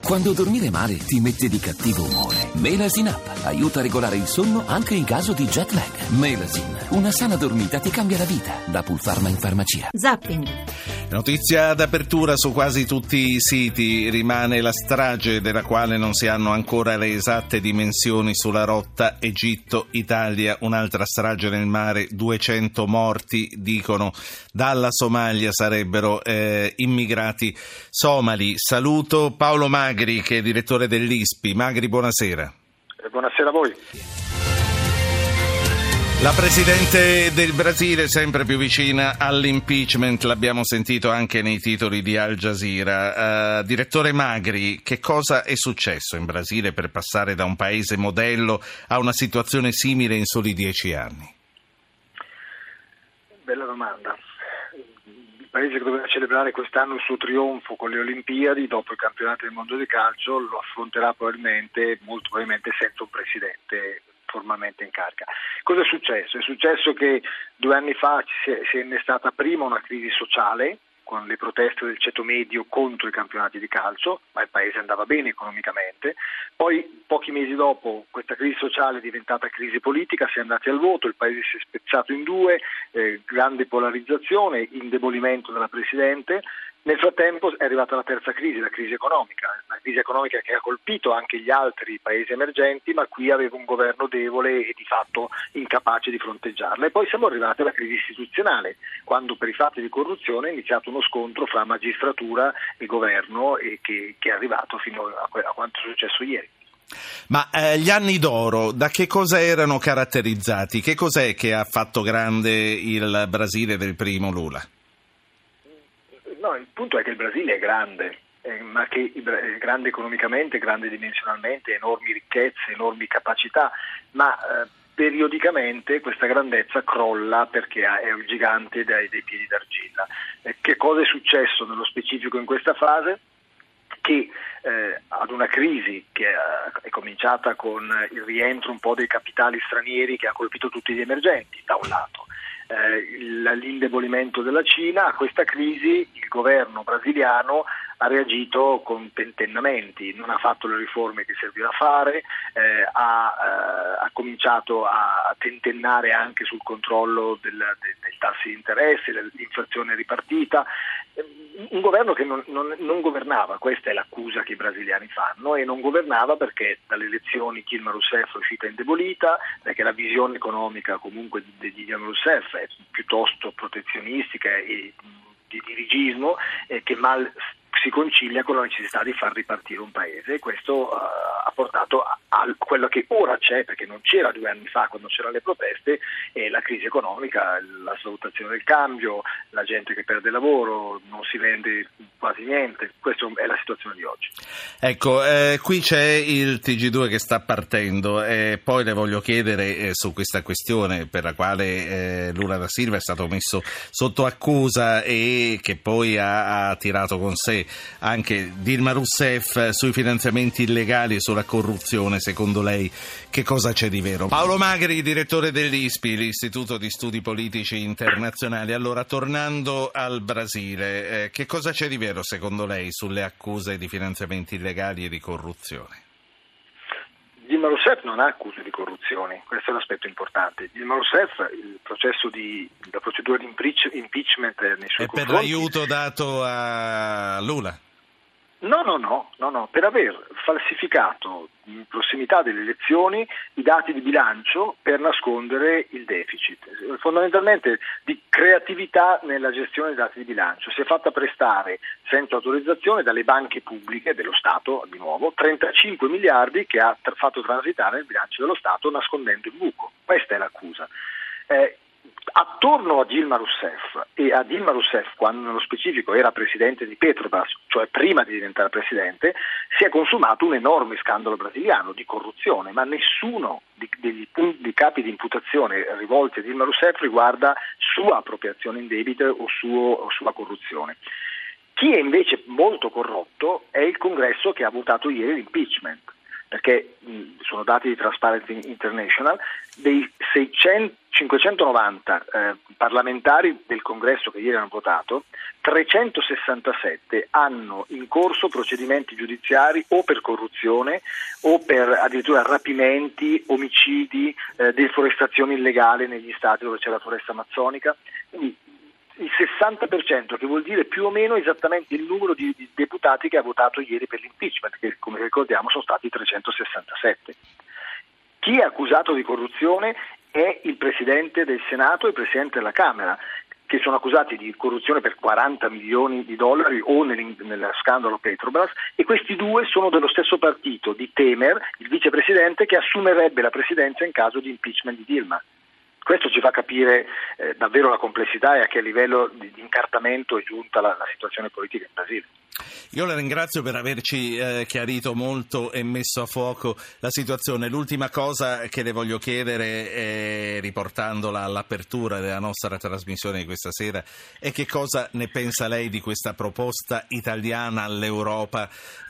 Quando dormire male ti mette di cattivo umore, Melasin Up aiuta a regolare il sonno anche in caso di jet lag. Melasin, una sana dormita ti cambia la vita. Da Pulpharma in farmacia. Zapping. Notizia d'apertura su quasi tutti i siti. Rimane la strage della quale non si hanno ancora le esatte dimensioni sulla rotta Egitto-Italia. Un'altra strage nel mare, 200 morti, dicono dalla Somalia sarebbero immigrati somali. Saluto Paolo Magri, che è direttore dell'ISPI. Magri, buonasera. Buonasera a voi. La Presidente del Brasile sempre più vicina all'impeachment, l'abbiamo sentito anche nei titoli di Al Jazeera. Direttore Magri, che cosa è successo in Brasile per passare da un paese modello a una situazione simile in soli 10 anni? Bella domanda. Il paese che doveva celebrare quest'anno il suo trionfo con le Olimpiadi, dopo i campionati del mondo di calcio, lo affronterà molto probabilmente senza un presidente formalmente in carica. Cosa è successo? È successo che 2 anni fa si è innestata prima una crisi sociale con le proteste del ceto medio contro i campionati di calcio, ma il paese andava bene economicamente. Poi, pochi mesi dopo, questa crisi sociale è diventata crisi politica, si è andati al voto, il paese si è spezzato in due, grande polarizzazione, indebolimento della Presidente. Nel frattempo è arrivata la terza crisi, la crisi economica che ha colpito anche gli altri paesi emergenti, ma qui aveva un governo debole e di fatto incapace di fronteggiarla. E poi siamo arrivati alla crisi istituzionale, quando per i fatti di corruzione è iniziato uno scontro fra magistratura e governo e che è arrivato fino a quanto è successo ieri. Ma gli anni d'oro da che cosa erano caratterizzati? Che cos'è che ha fatto grande il Brasile del primo Lula? No, il punto è che il Brasile è grande, ma che è grande economicamente, grande dimensionalmente, enormi ricchezze, enormi capacità, ma periodicamente questa grandezza crolla perché è un gigante dai piedi d'argilla. Che cosa è successo nello specifico in questa fase? Che ad una crisi che è cominciata con il rientro un po' dei capitali stranieri che ha colpito tutti gli emergenti, da un lato. L'indebolimento della Cina, a questa crisi il governo brasiliano ha reagito con tentennamenti, non ha fatto le riforme che serviva a fare, ha cominciato a tentennare anche sul controllo dei tassi di interesse, l'inflazione ripartita, un governo che non governava, questa è l'accusa che i brasiliani fanno, e non governava perché dalle elezioni Dilma Rousseff è uscita indebolita, perché la visione economica comunque di Dilma Rousseff è piuttosto protezionistica e di dirigismo che mal si concilia con la necessità di far ripartire un paese, e questo ha portato a quello che ora c'è, perché non c'era 2 anni fa quando c'erano le proteste, la crisi economica, la svalutazione del cambio, la gente che perde lavoro, non si vende quasi niente. Questa è la situazione di oggi. Ecco, qui c'è il TG2 che sta partendo, poi le voglio chiedere su questa questione per la quale Lula da Silva è stato messo sotto accusa e che poi ha tirato con sé anche Dilma Rousseff sui finanziamenti illegali e sulla corruzione. Secondo lei che cosa c'è di vero? Paolo Magri, direttore dell'ISPI, l'Istituto di Studi Politici Internazionali. Allora, tornando al Brasile, che cosa c'è di vero secondo lei sulle accuse di finanziamenti illegali e di corruzione? Dilma Rousseff non ha accuse di corruzione, questo è l'aspetto importante. Dilma Rousseff, la procedura di impeachment nei suoi confronti... È per l'aiuto dato a Lula? No, per aver falsificato in prossimità delle elezioni i dati di bilancio per nascondere il deficit. Fondamentalmente di creatività nella gestione dei dati di bilancio. Si è fatta prestare senza autorizzazione dalle banche pubbliche dello Stato, di nuovo, 35 miliardi che ha fatto transitare nel bilancio dello Stato nascondendo il buco. Questa è l'accusa. Attorno a Dilma Rousseff e a Dilma Rousseff, quando nello specifico era presidente di Petrobras, cioè prima di diventare presidente, si è consumato un enorme scandalo brasiliano di corruzione, ma nessuno dei capi di imputazione rivolti a Dilma Rousseff riguarda sua appropriazione indebita o sua corruzione. Chi è invece molto corrotto è il congresso che ha votato ieri l'impeachment. perché sono dati di Transparency International, dei 590 parlamentari del Congresso che ieri hanno votato, 367 hanno in corso procedimenti giudiziari o per corruzione o per addirittura rapimenti, omicidi, deforestazione illegale negli stati dove c'è la foresta amazzonica. Quindi il 60%, che vuol dire più o meno esattamente il numero di deputati che ha votato ieri per l'impeachment, che come ricordiamo sono stati 367. Chi è accusato di corruzione è il Presidente del Senato e il Presidente della Camera, che sono accusati di corruzione per 40 milioni di dollari o nel scandalo Petrobras, e questi due sono dello stesso partito di Temer, il vicepresidente che assumerebbe la presidenza in caso di impeachment di Dilma. Questo ci fa capire davvero la complessità e a che livello di incartamento è giunta la situazione politica in Brasile. Io la ringrazio per averci chiarito molto e messo a fuoco la situazione. L'ultima cosa che le voglio chiedere, riportandola all'apertura della nostra trasmissione di questa sera, è che cosa ne pensa lei di questa proposta italiana all'Europa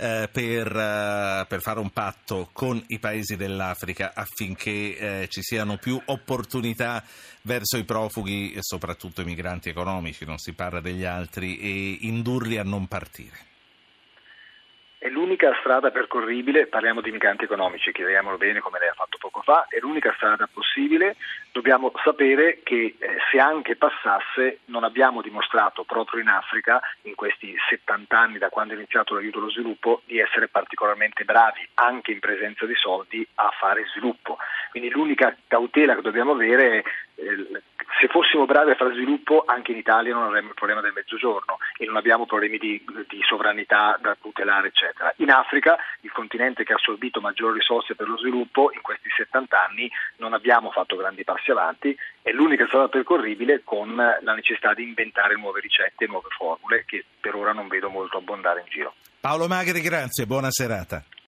per fare un patto con i paesi dell'Africa affinché ci siano più opportunità verso i profughi e soprattutto i migranti economici, non si parla degli altri, e indurli a non partire. È l'unica strada percorribile, parliamo di migranti economici, chiariamolo bene come lei ha fatto poco fa, è l'unica strada possibile. Dobbiamo sapere che se anche passasse non abbiamo dimostrato proprio in Africa, in questi 70 anni da quando è iniziato l'aiuto allo sviluppo, di essere particolarmente bravi, anche in presenza di soldi, a fare sviluppo. Quindi l'unica cautela che dobbiamo avere è se fossimo bravi a fare sviluppo anche in Italia non avremmo il problema del mezzogiorno e non abbiamo problemi di sovranità da tutelare eccetera. In Africa, il continente che ha assorbito maggiori risorse per lo sviluppo, in questi 70 anni non abbiamo fatto grandi passi avanti, è l'unica strada percorribile con la necessità di inventare nuove ricette e nuove formule che per ora non vedo molto abbondare in giro. Paolo Magri, grazie, buona serata.